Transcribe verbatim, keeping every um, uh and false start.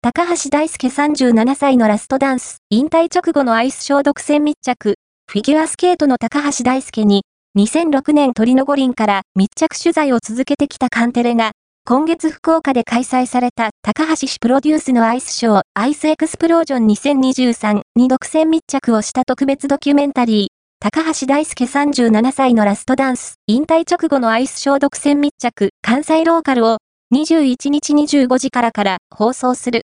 高橋大輔さんじゅうななさいのラストダンス、引退直後のアイスショー独占密着、フィギュアスケートの高橋大輔に、にせんろくねんトリノ五輪から密着取材を続けてきたカンテレが、今月福岡で開催された高橋氏プロデュースのアイスショー、アイスエクスプロージョンにせんにじゅうさんに独占密着をした特別ドキュメンタリー、高橋大輔さんじゅうななさいのラストダンス、引退直後のアイスショー独占密着、関西ローカルをにじゅういちにちにじゅうごじからから放送する。